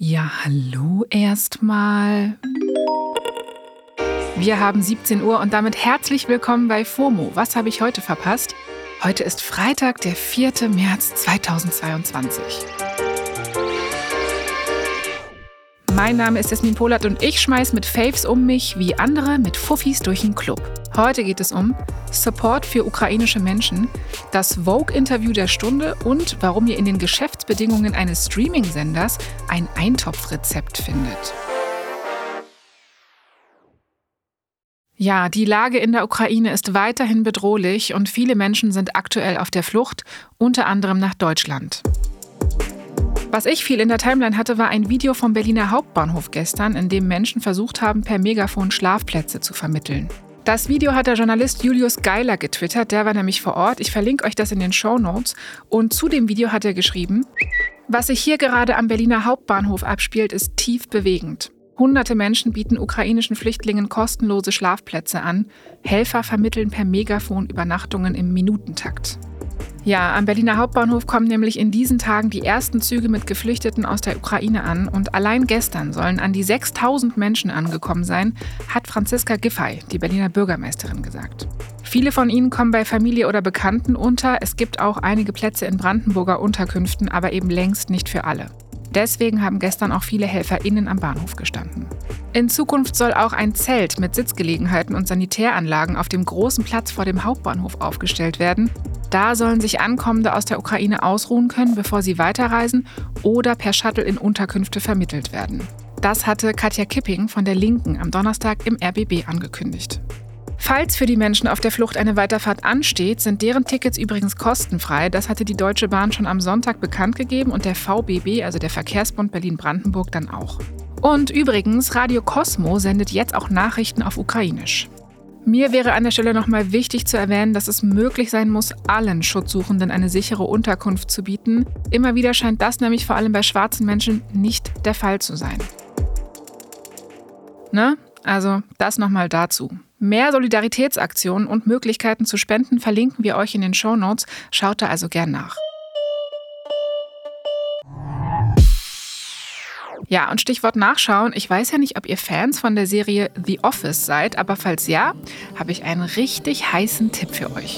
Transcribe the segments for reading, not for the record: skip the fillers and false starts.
Ja, hallo erstmal. Wir haben 17 Uhr und damit herzlich willkommen bei FOMO. Was habe ich heute verpasst? Heute ist Freitag, der 4. März 2022. Mein Name ist Jasmin Polat und ich schmeiß mit Faves um mich wie andere mit Fuffis durch den Club. Heute geht es um Support für ukrainische Menschen, das Vogue-Interview der Stunde und warum ihr in den Geschäftsbedingungen eines Streaming-Senders ein Eintopfrezept findet. Ja, die Lage in der Ukraine ist weiterhin bedrohlich und viele Menschen sind aktuell auf der Flucht, unter anderem nach Deutschland. Was ich viel in der Timeline hatte, war ein Video vom Berliner Hauptbahnhof gestern, in dem Menschen versucht haben, per Megafon Schlafplätze zu vermitteln. Das Video hat der Journalist Julius Geiler getwittert, der war nämlich vor Ort. Ich verlinke euch das in den Shownotes. Und zu dem Video hat er geschrieben: Was sich hier gerade am Berliner Hauptbahnhof abspielt, ist tief bewegend. Hunderte Menschen bieten ukrainischen Flüchtlingen kostenlose Schlafplätze an. Helfer vermitteln per Megafon Übernachtungen im Minutentakt. Ja, am Berliner Hauptbahnhof kommen nämlich in diesen Tagen die ersten Züge mit Geflüchteten aus der Ukraine an. Und allein gestern sollen an die 6.000 Menschen angekommen sein, hat Franziska Giffey, die Berliner Bürgermeisterin, gesagt. Viele von ihnen kommen bei Familie oder Bekannten unter. Es gibt auch einige Plätze in Brandenburger Unterkünften, aber eben längst nicht für alle. Deswegen haben gestern auch viele HelferInnen am Bahnhof gestanden. In Zukunft soll auch ein Zelt mit Sitzgelegenheiten und Sanitäranlagen auf dem großen Platz vor dem Hauptbahnhof aufgestellt werden. Da sollen sich Ankommende aus der Ukraine ausruhen können, bevor sie weiterreisen oder per Shuttle in Unterkünfte vermittelt werden. Das hatte Katja Kipping von der Linken am Donnerstag im RBB angekündigt. Falls für die Menschen auf der Flucht eine Weiterfahrt ansteht, sind deren Tickets übrigens kostenfrei. Das hatte die Deutsche Bahn schon am Sonntag bekannt gegeben und der VBB, also der Verkehrsbund Berlin-Brandenburg, dann auch. Und übrigens, Radio Cosmo sendet jetzt auch Nachrichten auf Ukrainisch. Mir wäre an der Stelle nochmal wichtig zu erwähnen, dass es möglich sein muss, allen Schutzsuchenden eine sichere Unterkunft zu bieten. Immer wieder scheint das nämlich vor allem bei schwarzen Menschen nicht der Fall zu sein. Also das nochmal dazu. Mehr Solidaritätsaktionen und Möglichkeiten zu spenden verlinken wir euch in den Shownotes. Schaut da also gern nach. Ja, und Stichwort Nachschauen. Ich weiß ja nicht, ob ihr Fans von der Serie The Office seid, aber falls ja, habe ich einen richtig heißen Tipp für euch.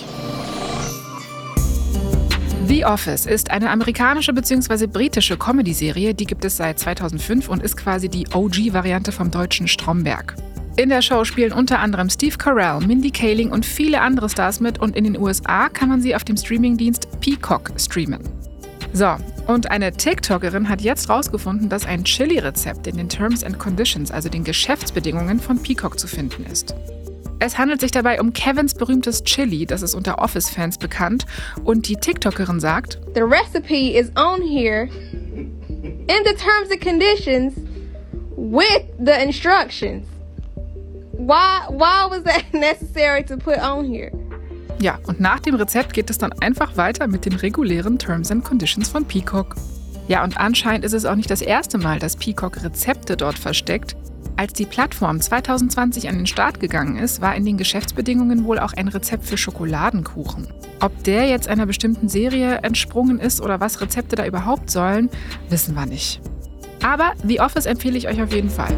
The Office ist eine amerikanische bzw. britische Comedy-Serie, die gibt es seit 2005 und ist quasi die OG-Variante vom deutschen Stromberg. In der Show spielen unter anderem Steve Carell, Mindy Kaling und viele andere Stars mit und in den USA kann man sie auf dem Streamingdienst Peacock streamen. So, und eine TikTokerin hat jetzt rausgefunden, dass ein Chili-Rezept in den Terms and Conditions, also den Geschäftsbedingungen von Peacock zu finden ist. Es handelt sich dabei um Kevins berühmtes Chili, das ist unter Office-Fans bekannt. Und die TikTokerin sagt: The recipe is on here in the terms and conditions with the instructions. Why was that necessary to put on here? Ja, und nach dem Rezept geht es dann einfach weiter mit den regulären Terms and Conditions von Peacock. Ja, und anscheinend ist es auch nicht das erste Mal, dass Peacock Rezepte dort versteckt. Als die Plattform 2020 an den Start gegangen ist, war in den Geschäftsbedingungen wohl auch ein Rezept für Schokoladenkuchen. Ob der jetzt einer bestimmten Serie entsprungen ist oder was Rezepte da überhaupt sollen, wissen wir nicht. Aber The Office empfehle ich euch auf jeden Fall.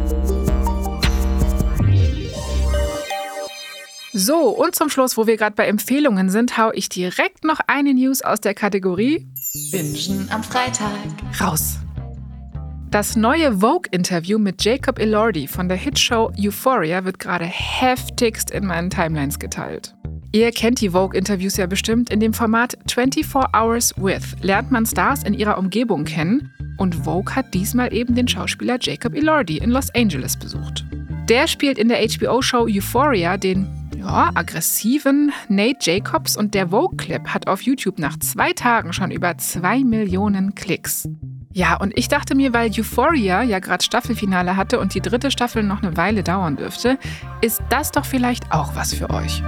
So, und zum Schluss, wo wir gerade bei Empfehlungen sind, hau ich direkt noch eine News aus der Kategorie Bingen am Freitag raus. Das neue Vogue-Interview mit Jacob Elordi von der Hitshow Euphoria wird gerade heftigst in meinen Timelines geteilt. Ihr kennt die Vogue-Interviews ja bestimmt. In dem Format 24 Hours With lernt man Stars in ihrer Umgebung kennen und Vogue hat diesmal eben den Schauspieler Jacob Elordi in Los Angeles besucht. Der spielt in der HBO-Show Euphoria den aggressiven Nate Jacobs und der Vogue-Clip hat auf YouTube nach 2 Tagen schon über 2 Millionen Klicks. Ja, und ich dachte mir, weil Euphoria ja gerade Staffelfinale hatte und die 3. Staffel noch eine Weile dauern dürfte, ist das doch vielleicht auch was für euch.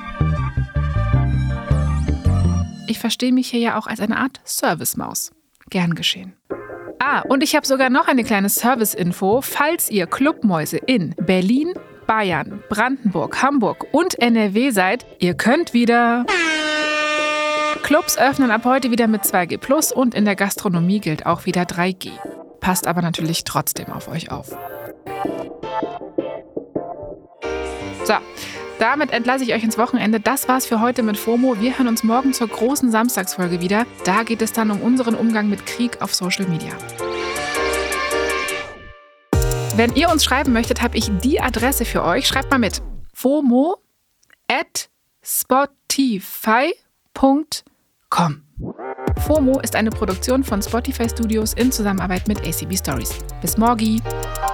Ich verstehe mich hier ja auch als eine Art Servicemaus. Gern geschehen. Und ich habe sogar noch eine kleine Service-Info. Falls ihr Clubmäuse in Berlin, Bayern, Brandenburg, Hamburg und NRW seid, ihr könnt wieder. Clubs öffnen ab heute wieder mit 2G+ und in der Gastronomie gilt auch wieder 3G. passt aber natürlich trotzdem auf euch auf. So, damit entlasse ich euch ins Wochenende. Das war's für heute mit FOMO. Wir hören uns morgen zur großen Samstagsfolge wieder. Da geht es dann um unseren Umgang mit Krieg auf Social Media. Wenn ihr uns schreiben möchtet, habe ich die Adresse für euch. Schreibt mal mit. FOMO@spotify.com. FOMO ist eine Produktion von Spotify Studios in Zusammenarbeit mit ACB Stories. Bis morgen.